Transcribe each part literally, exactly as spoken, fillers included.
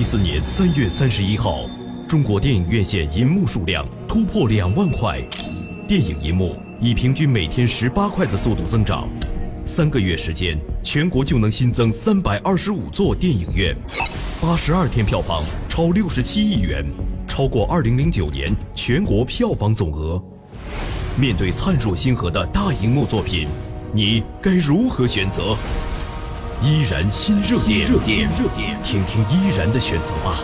四年三月三十一号，中国电影院线银幕数量突破两万块，电影银幕以平均每天十八块的速度增长，三个月时间，全国就能新增三百二十五座电影院，八十二天票房超六十七亿元，超过二零零九年全国票房总额。面对灿若星河的大荧幕作品，你该如何选择？依然新热点，热点，热点，听听依然的选择吧。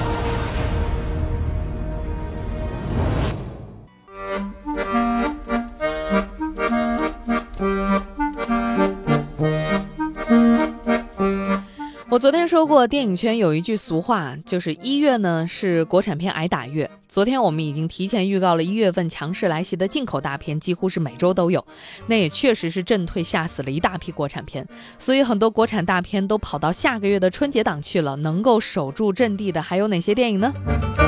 我昨天说过，电影圈有一句俗话，就是一月呢是国产片挨打月。昨天我们已经提前预告了一月份强势来袭的进口大片，几乎是每周都有，那也确实是震退吓死了一大批国产片，所以很多国产大片都跑到下个月的春节档去了。能够守住阵地的还有哪些电影呢？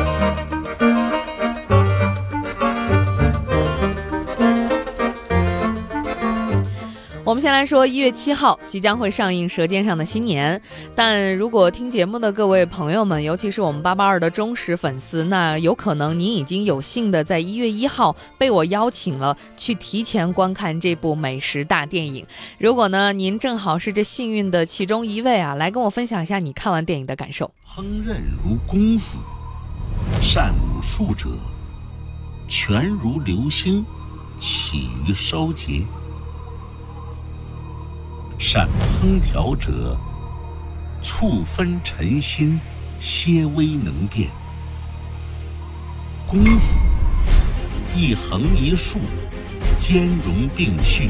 我们先来说一月七号即将会上映《舌尖上的新年》，但如果听节目的各位朋友们，尤其是我们八八二的忠实粉丝，那有可能您已经有幸的在一月一号被我邀请了去提前观看这部美食大电影。如果呢您正好是这幸运的其中一位啊，来跟我分享一下你看完电影的感受。 烹饪如功夫，善武术者权如流星，起于烧节。善烹调者，醋分尘心，些微能变。功夫，一横一竖，兼容并蓄。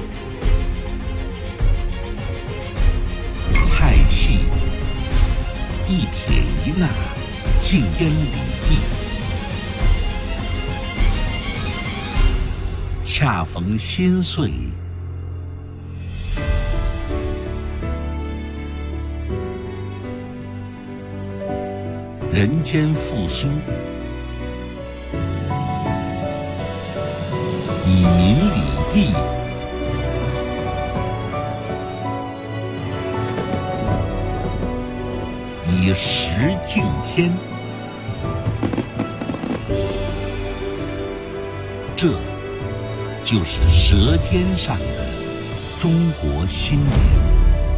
菜系，一撇一捺，尽烟里地。恰逢新岁，人间复苏，以民领地，以食敬天，这就是舌尖上的中国新年。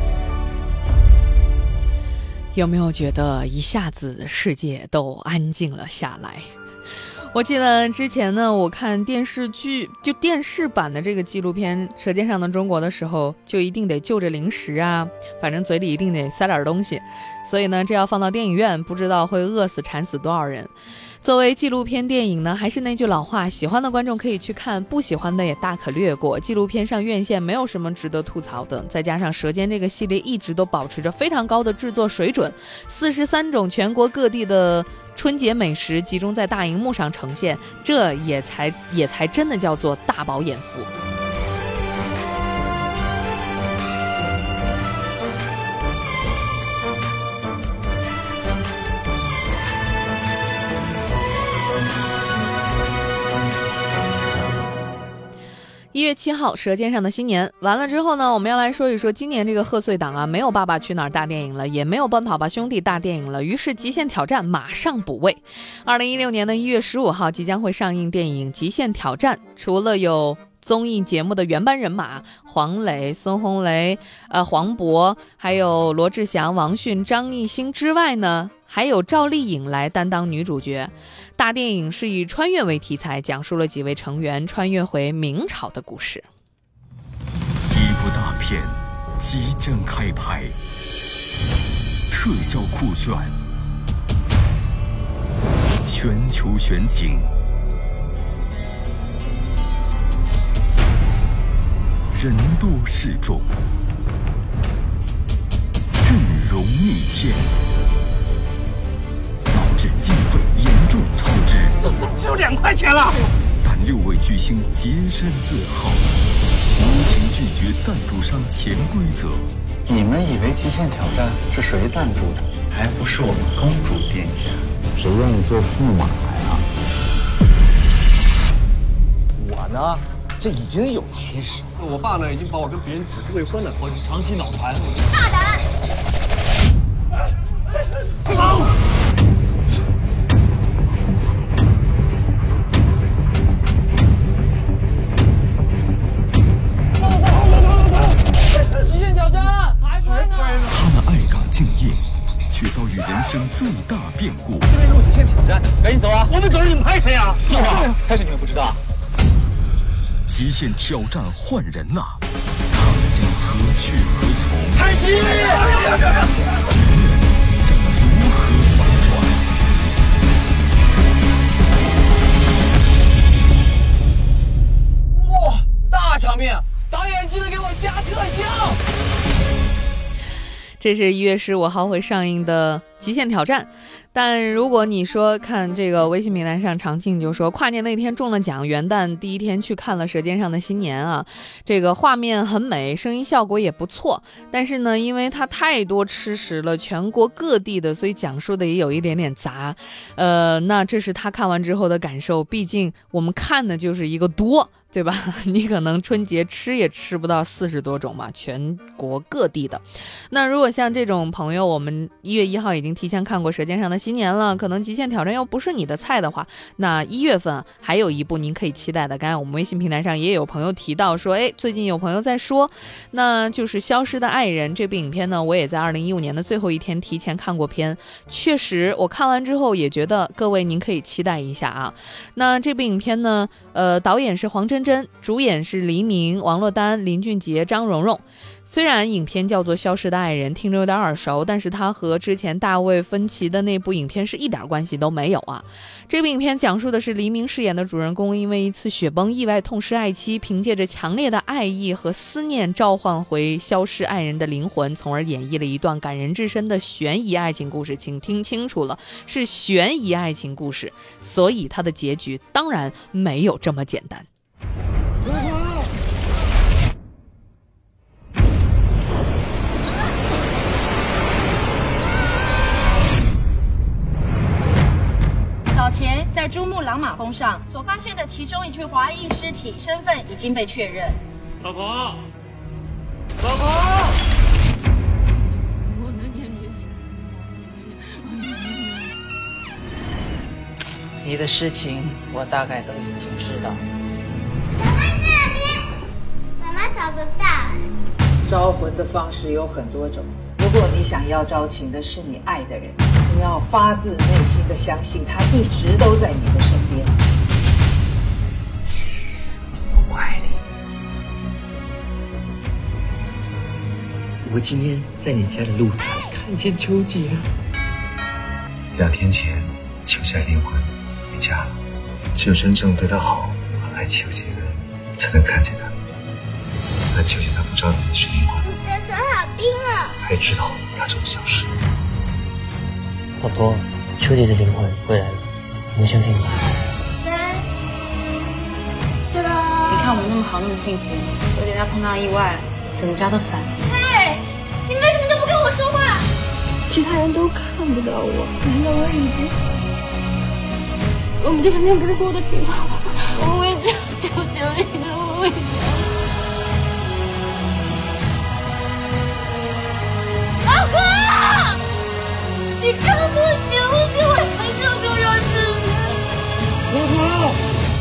有没有觉得一下子世界都安静了下来？我记得之前呢，我看电视剧，就电视版的这个纪录片《舌尖上的中国》的时候，就一定得就着零食啊，反正嘴里一定得塞点东西，所以呢，这要放到电影院，不知道会饿死馋死多少人。作为纪录片电影呢，还是那句老话，喜欢的观众可以去看，不喜欢的也大可略过。纪录片上院线没有什么值得吐槽的，再加上《舌尖》这个系列一直都保持着非常高的制作水准，四十三种全国各地的春节美食集中在大荧幕上呈现，这也才也才真的叫做大饱眼福。一月七号，《舌尖上的新年》完了之后呢，我们要来说一说今年这个贺岁档啊，没有《爸爸去哪儿》大电影了，也没有《奔跑吧兄弟》大电影了，于是《极限挑战》马上补位。二零一六年的一月十五号即将会上映电影《极限挑战》，除了有综艺节目的原班人马黄磊、孙红雷、呃黄渤，还有罗志祥、王迅、张艺兴之外呢，还有赵丽颖来担当女主角。大电影是以穿越为题材，讲述了几位成员穿越回明朝的故事。 一部大片即将开拍，特效酷炫，全球选景，人多势众，阵容逆天，导致经费严重超支。 怎么只有两块钱了？ 但六位巨星洁身自好，无情拒绝赞助商潜规则。 你们以为《极限挑战》是谁赞助的？还不是我们公主殿下。谁愿意做驸马呀？ 我呢，这已经有妻室。我爸呢，已经把我跟别人指定未婚了。我是长期脑残。 大胆！ 走！ 生最大变故。 这边路极限挑战，赶紧走啊！ 我们走了，你们拍谁啊？ 是吗？拍谁你们不知道？ 极限挑战换人了，他们将何去何从？ 太极！ 局面将如何反转？ 哇，大场面！导演记得给我加特效。 这是一月十五号会上映的《极限挑战》，但如果你说看这个微信平台上，常庆就说跨年那天中了奖，元旦第一天去看了《舌尖上的新年》啊，这个画面很美，声音效果也不错，但是呢，因为它太多吃食了，全国各地的，所以讲述的也有一点点杂。呃，那这是他看完之后的感受，毕竟我们看的就是一个多。对吧？你可能春节吃也吃不到四十多种嘛，全国各地的。那如果像这种朋友，我们一月一号已经提前看过《舌尖上的新年》了，可能极限挑战又不是你的菜的话，那一月份还有一部您可以期待的。刚才我们微信平台上也有朋友提到说，哎，最近有朋友在说，那就是《消失的爱人》这部影片呢，我也在二零一五年的最后一天提前看过片，确实我看完之后也觉得各位您可以期待一下啊。那这部影片呢，呃，导演是黄真真，主演是黎明、王珞丹、林俊杰、张荣荣。虽然影片叫做《消失的爱人》，听着有点耳熟，但是它和之前大卫芬奇的那部影片是一点关系都没有啊。这部影片讲述的是黎明饰演的主人公因为一次雪崩意外痛失爱妻，凭借着强烈的爱意和思念召唤回消失爱人的灵魂，从而演绎了一段感人至深的悬疑爱情故事。请听清楚了，是悬疑爱情故事，所以它的结局当然没有这么简单。 早前在珠穆朗玛峰上所发现的其中一具华裔尸体身份已经被确认。 老婆，老婆， 你的事情我大概都已经知道。 妈妈那边，妈妈找不到。 招魂的方式有很多种，如果你想要招请的是你爱的人，你要发自内心的相信他一直都在你的身边。 我爱你。 我今天在你家的露台看见秋姐。 两天前，秋姐离婚回家了，只有真正对她好和爱秋姐的人才能看见她。但秋姐她不知道自己是离婚， 你的手好冰啊！ 她也知道她就会消失。 老婆，秋姐的灵魂回来了，我们相信你。 三，对了。 你看我们那么好，那么幸福，秋姐她碰到意外，整个家都散了。 嘿，你为什么都不跟我说话？ 其他人都看不到我，难道我已经？我们这两天不是过得挺好的吗？我为救求求你了，我为救。 老公，你看不行，我比我难受多少事情？ 老婆。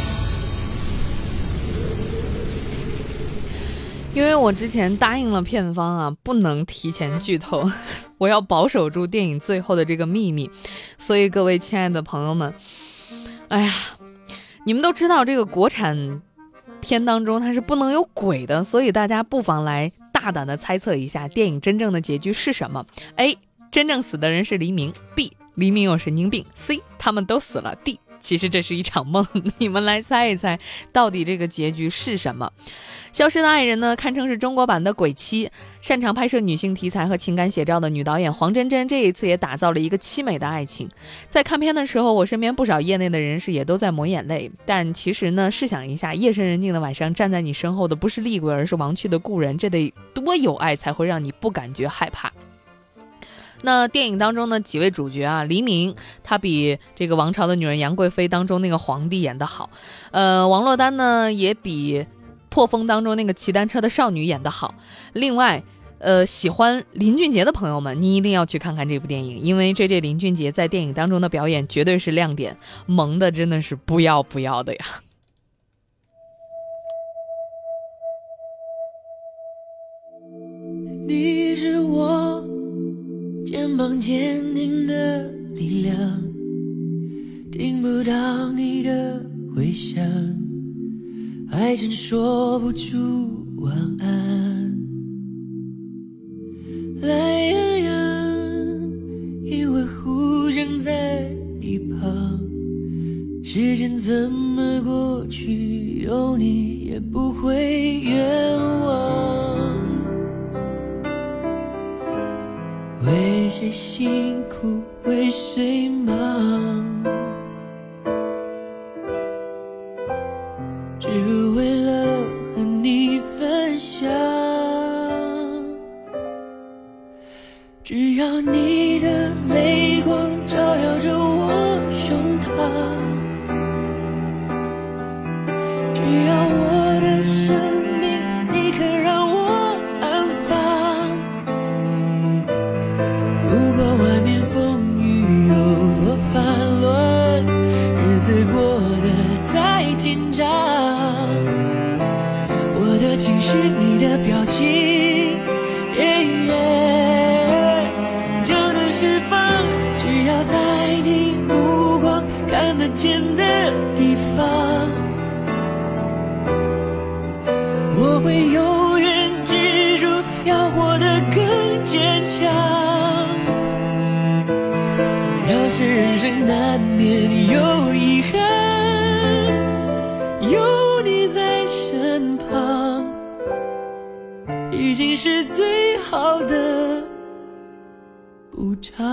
因为我之前答应了片方啊，不能提前剧透，我要保守住电影最后的这个秘密，所以各位亲爱的朋友们，哎呀，你们都知道这个国产片当中它是不能有鬼的，所以大家不妨来大胆的猜测一下电影真正的结局是什么。 A. 真正死的人是黎明， B. 黎明有神经病， C. 他们都死了， D. 其实这是一场梦。你们来猜一猜到底这个结局是什么。消失的爱人呢，堪称是中国版的鬼妻，擅长拍摄女性题材和情感写照的女导演黄真真这一次也打造了一个凄美的爱情。在看片的时候，我身边不少业内的人士也都在抹眼泪，但其实呢，试想一下，夜深人静的晚上站在你身后的不是厉鬼，而是亡去的故人，这得多有爱才会让你不感觉害怕。那电影当中的几位主角啊，黎明他比这个《王朝的女人》杨贵妃当中那个皇帝演得好，呃，王珞丹呢也比破风当中那个骑单车的少女演得好。另外呃，喜欢林俊杰的朋友们，你一定要去看看这部电影，因为 J J 林俊杰在电影当中的表演绝对是亮点，萌的真的是不要不要的呀。 你是我肩膀坚定的力量，听不到你的回响，还真说不出晚安。懒洋洋，因为互相在一旁，时间怎么过去，有你也不会冤枉。为谁辛苦为谁忙，只为了和你分享。只要你的泪光照耀着我胸膛，只要我的生命你肯让我安放。不管外面风雨有多烦乱，日子过得再紧张，我的情绪你的表情、yeah, yeah, 就能释放。只要在你目光看得见的地方，我会永远记住要活得更坚强。要是人生难免有遗憾，有你在身旁已经是最好的补偿。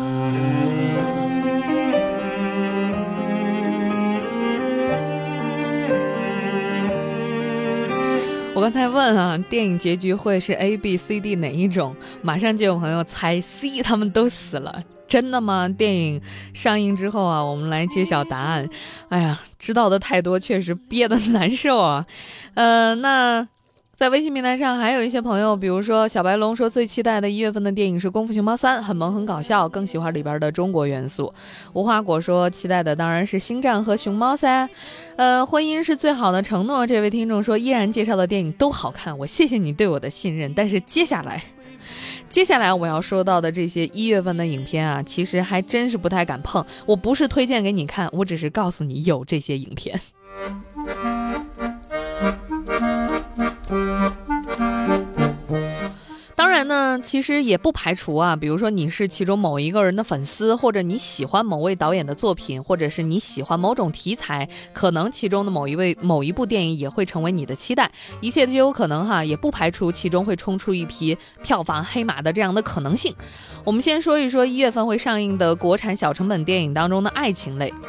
我刚才问啊，电影结局会是 A B C D 哪一种，马上就有朋友猜 C， 他们都死了。真的吗？电影上映之后啊，我们来揭晓答案。哎呀，知道的太多，确实憋得难受啊。呃，那在微信平台上还有一些朋友，比如说小白龙说最期待的一月份的电影是《功夫熊猫三》，很萌很搞笑，更喜欢里边的中国元素。无花果说期待的当然是星战和熊猫噻。呃，婚姻是最好的承诺，这位听众说依然介绍的电影都好看，我谢谢你对我的信任。但是接下来接下来我要说到的这些一月份的影片啊，其实还真是不太敢碰。我不是推荐给你看，我只是告诉你有这些影片。当然呢，其实也不排除啊，比如说你是其中某一个人的粉丝，或者你喜欢某位导演的作品，或者是你喜欢某种题材，可能其中的某一位某一部电影也会成为你的期待，一切皆有可能哈，也不排除其中会冲出一匹票房黑马的这样的可能性。我们先说一说一月份会上映的国产小成本电影当中的爱情类。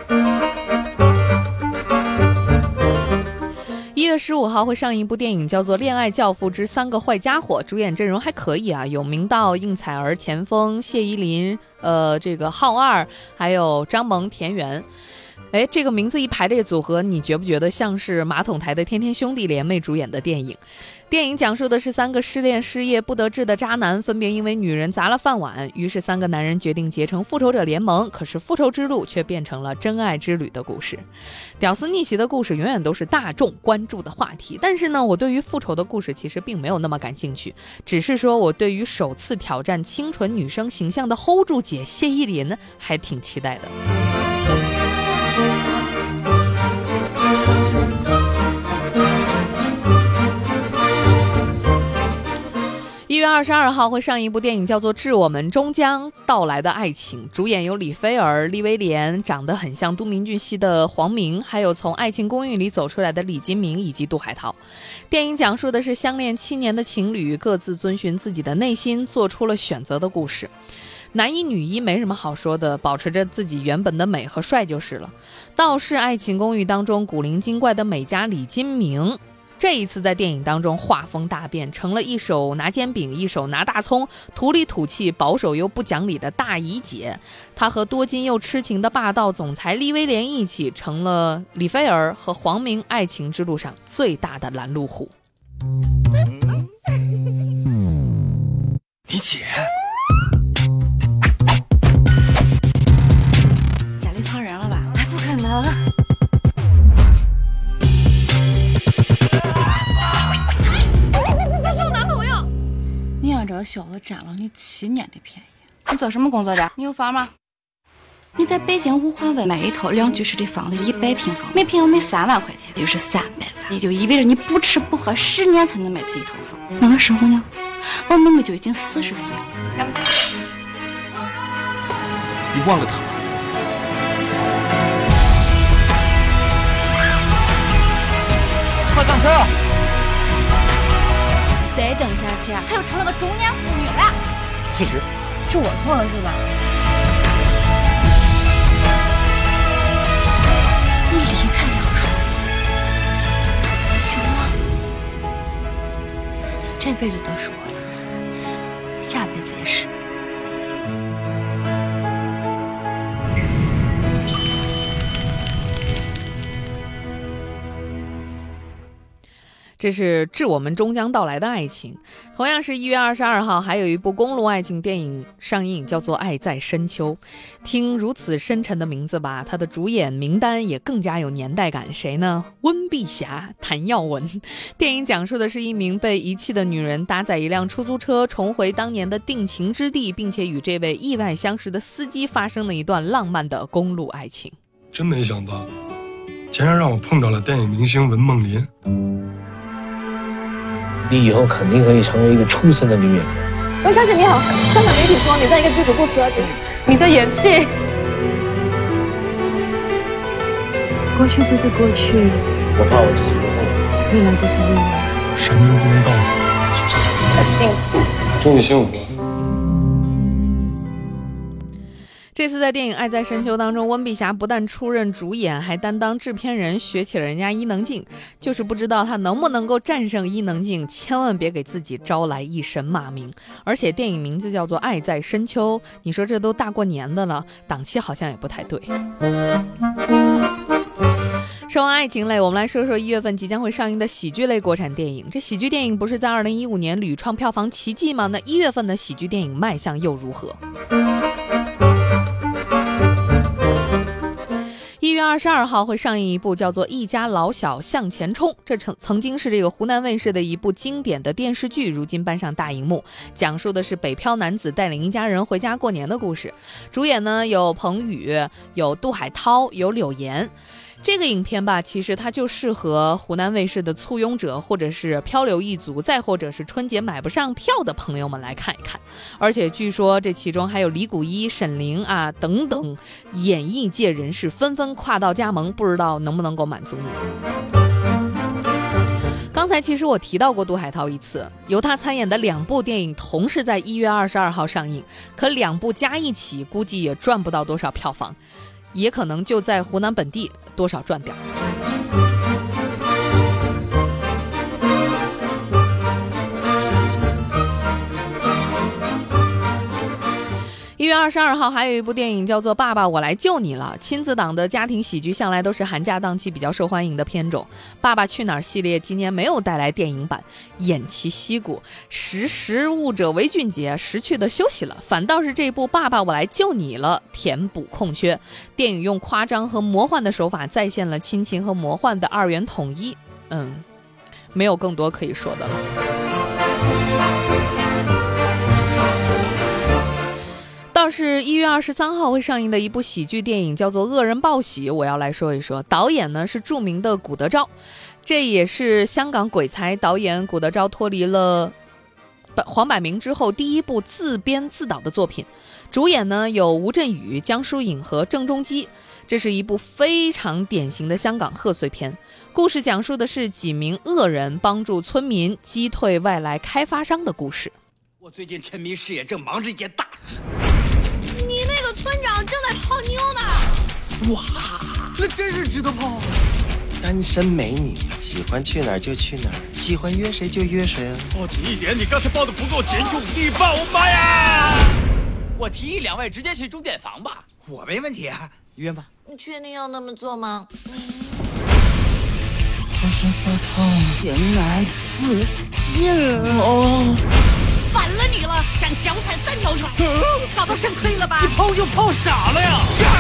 一月十五号会上映一部电影，叫做《恋爱教父之三个坏家伙》，主演阵容还可以啊，有明道、应采儿、钱枫、谢依霖，呃，这个浩二，还有张萌、田园。哎，这个名字一排列组合，你觉不觉得像是马桶台的天天兄弟联袂主演的电影？电影讲述的是三个失恋失业不得志的渣男，分别因为女人砸了饭碗，于是三个男人决定结成复仇者联盟，可是复仇之路却变成了真爱之旅的故事。屌丝逆袭的故事永远都是大众关注的话题，但是呢，我对于复仇的故事其实并没有那么感兴趣，只是说我对于首次挑战清纯女生形象的 hold 住姐谢依霖还挺期待的。一月二十二号会上一部电影，叫做《致我们终将到来的爱情》，主演有李菲儿、利威廉，长得很像都敏俊熙的黄明，还有从《爱情公寓》里走出来的李金铭以及杜海涛。电影讲述的是相恋七年的情侣各自遵循自己的内心，做出了选择的故事。男一女一没什么好说的，保持着自己原本的美和帅就是了。倒是《爱情公寓》当中古灵精怪的美家李金铭，这一次在电影当中画风大变，成了一手拿煎饼一手拿大葱，土里土气保守又不讲理的大姨姐。她和多金又痴情的霸道总裁利威廉一起，成了李菲儿和黄明爱情之路上最大的拦路虎。 你姐家里藏人了吧？哎，不可能。 你让这个小子占了你七年的便宜， 你做什么工作的？你有房吗？你在北京五环外买一套两居室的房子，一百平方，每平米三万块钱，也就是三百万。也就意味着你不吃不喝十年才能买起一套房。那个时候呢，我妹妹就已经四十岁了。干杯！ 你忘了他？ 快上车！ 再等下去，她又成了个中年妇女了。 辞职。 是我错了是吧？ 你离开梁叔，行吗？你这辈子都是我的，下辈子也是。 这是致我们终将到来的爱情。同样是一月二十二号，还有一部公路爱情电影上映，叫做《爱在深秋》。听如此深沉的名字吧，它的主演名单也更加有年代感。谁呢？温碧霞、谭耀文。电影讲述的是一名被遗弃的女人搭载一辆出租车重回当年的定情之地，并且与这位意外相识的司机发生了一段浪漫的公路爱情。 真没想到，竟然让我碰到了电影明星文梦琳。 你以后肯定可以成为一个出色的女演员。 喂，小姐你好，香港媒体说你在一个剧组部司，你在演戏。 过去就是过去， 我怕我这是过后， 未来就是未来。 什么都不能告诉祝幸福，幸福。 祝你幸福。 这次在电影《爱在深秋》当中，温碧霞不但出任主演，还担当制片人，学起了人家伊能静，就是不知道她能不能够战胜伊能静，千万别给自己招来一身骂名。而且电影名字叫做《爱在深秋》，你说这都大过年的了，档期好像也不太对。说完爱情类，我们来说说一月份即将会上映的喜剧类国产电影。这喜剧电影不是在二零一五年屡创票房奇迹吗？那一月份的喜剧电影卖相又如何？一月二十二号会上映一部叫做《一家老小向前冲》，这曾曾经是这个湖南卫视的一部经典的电视剧，如今搬上大荧幕，讲述的是北漂男子带领一家人回家过年的故事。主演呢有彭宇，有杜海涛，有柳岩。这个影片吧，其实它就适合湖南卫视的簇拥者，或者是漂流一族，再或者是春节买不上票的朋友们来看一看。而且据说这其中还有李谷一、沈凌啊等等演艺界人士纷纷跨道加盟，不知道能不能够满足你。刚才其实我提到过杜海涛一次，由他参演的两部电影同是在一月二十二号上映，可两部加一起估计也赚不到多少票房，也可能就在湖南本地多少赚点。一月二十二号还有一部电影叫做《爸爸我来救你了》，亲子档的家庭喜剧向来都是寒假档期比较受欢迎的片种。《爸爸去哪儿》系列今年没有带来电影版，偃旗息鼓，识时务者为俊杰，识趣的休息了，反倒是这部《爸爸我来救你了》填补空缺。电影用夸张和魔幻的手法再现了亲情和魔幻的二元统一，嗯，没有更多可以说的了。倒是一月二十三号会上映的一部喜剧电影叫做《恶人报喜》，我要来说一说。导演呢是著名的古德昭，这也是香港鬼才导演古德昭脱离了黄百鸣之后第一部自编自导的作品。主演呢有吴镇宇、江疏影和郑中基。这是一部非常典型的香港贺岁片，故事讲述的是几名恶人帮助村民击退外来开发商的故事。 我最近沉迷事业，正忙着一件大事。 你那个村长正在泡妞呢。 哇，那真是值得泡。 单身美女喜欢去哪儿就去哪儿，喜欢约谁就约谁啊。 抱紧一点，你刚才抱的不够紧，用力抱吧呀！ 我提议两位直接去钟点房吧。 我没问题啊，约吧。 你确定要那么做吗？ 浑身发烫， 天然刺激哦。 反了你了，敢脚踩三条船，搞到肾亏了吧？ 你泡就泡傻了呀！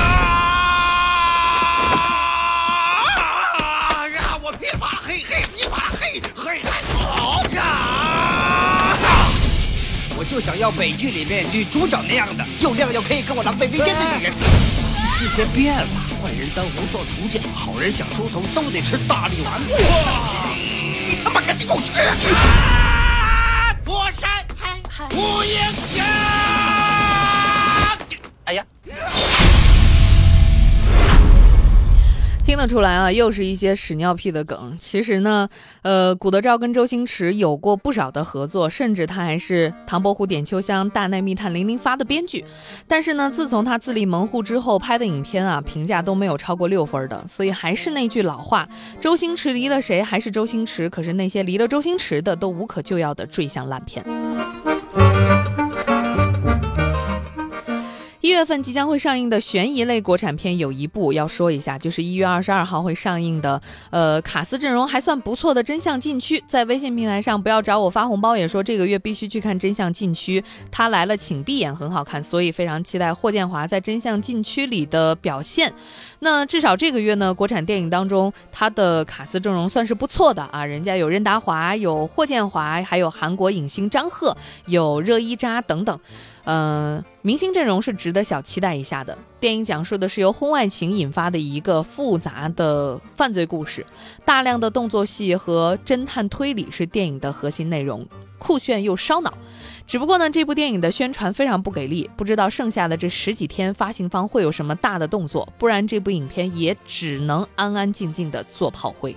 呀！我噼啪啦嘿嘿，噼啪啦嘿嘿还好呀！我就就想要美剧里面女主角那样的，又亮又可以跟我狼狈为奸的女人。世界变了，坏人当红做主角，好人想出头都得吃大力丸。哇！你他妈赶紧给我吃！啊！佛山无影响。哎呀！ 听得出来啊，又是一些屎尿屁的梗。其实呢，呃，古德昭跟周星驰有过不少的合作，甚至他还是《唐伯虎点秋香》《大内密探零零发》的编剧。但是呢，自从他自立门户之后，拍的影片啊，评价都没有超过六分的。所以还是那句老话，周星驰离了谁还是周星驰，可是那些离了周星驰的都无可救药的坠向烂片。一月份即将会上映的悬疑类国产片有一部要说一下，就是一月二十二号会上映的，呃，卡斯阵容还算不错的《真相禁区》。在微信平台上不要找我发红包，也说这个月必须去看《真相禁区》，他来了请闭眼很好看，所以非常期待霍建华在《真相禁区》里的表现。那至少这个月呢，国产电影当中他的卡斯阵容算是不错的啊，人家有任达华，有霍建华，还有韩国影星张赫，有热依扎等等。呃，明星阵容是值得小期待一下的。电影讲述的是由婚外情引发的一个复杂的犯罪故事，大量的动作戏和侦探推理是电影的核心内容，酷炫又烧脑。只不过呢，这部电影的宣传非常不给力，不知道剩下的这十几天发行方会有什么大的动作，不然这部影片也只能安安静静的做炮灰。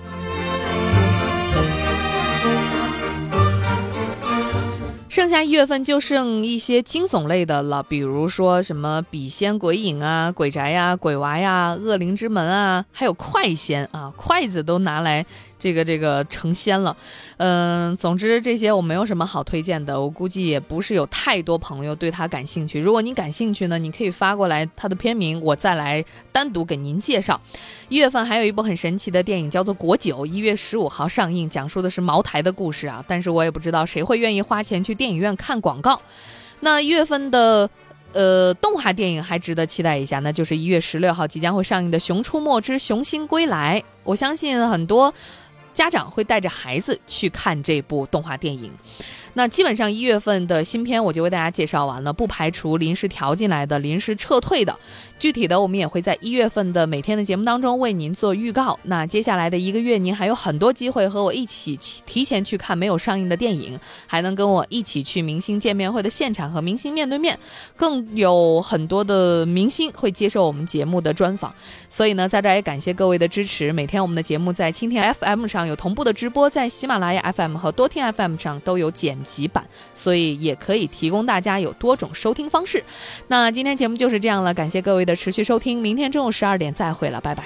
剩下一月份就剩一些惊悚类的了，比如说什么笔仙鬼影啊、鬼宅呀、鬼娃呀、恶灵之门啊，还有快仙啊，筷子都拿来这个这个成仙了。嗯，总之这些我没有什么好推荐的，我估计也不是有太多朋友对他感兴趣。如果你感兴趣呢，你可以发过来他的片名，我再来单独给您介绍。一月份还有一部很神奇的电影叫做《国酒》，一月十五号上映，讲述的是茅台的故事啊，但是我也不知道谁会愿意花钱去电影院看广告。那一月份的呃，动画电影还值得期待一下，那就是一月十六号即将会上映的《熊出没之熊心归来》。我相信很多家长会带着孩子去看这部动画电影。那基本上一月份的新片我就为大家介绍完了，不排除临时调进来的、临时撤退的。具体的我们也会在一月份的每天的节目当中为您做预告。那接下来的一个月，您还有很多机会和我一起提前去看没有上映的电影，还能跟我一起去明星见面会的现场和明星面对面，更有很多的明星会接受我们节目的专访。所以呢，在这儿也感谢各位的支持。每天我们的节目在蜻蜓 F M 上有同步的直播，在喜马拉雅 F M 和多听 F M 上都有剪辑版，所以也可以提供大家有多种收听方式。那今天节目就是这样了，感谢各位的持续收听，明天中午十二点再会了，拜拜。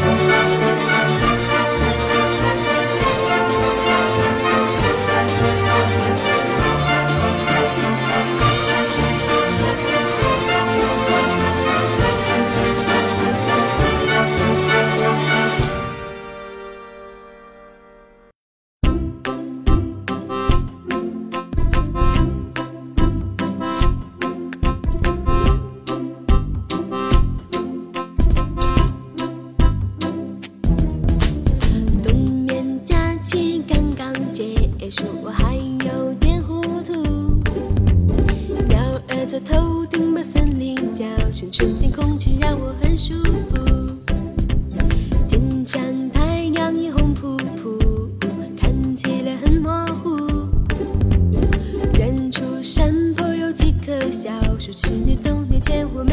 春天空气让我很舒服，天上太阳也红扑扑，看起来很模糊。远处山坡有几棵小树，去年冬天见我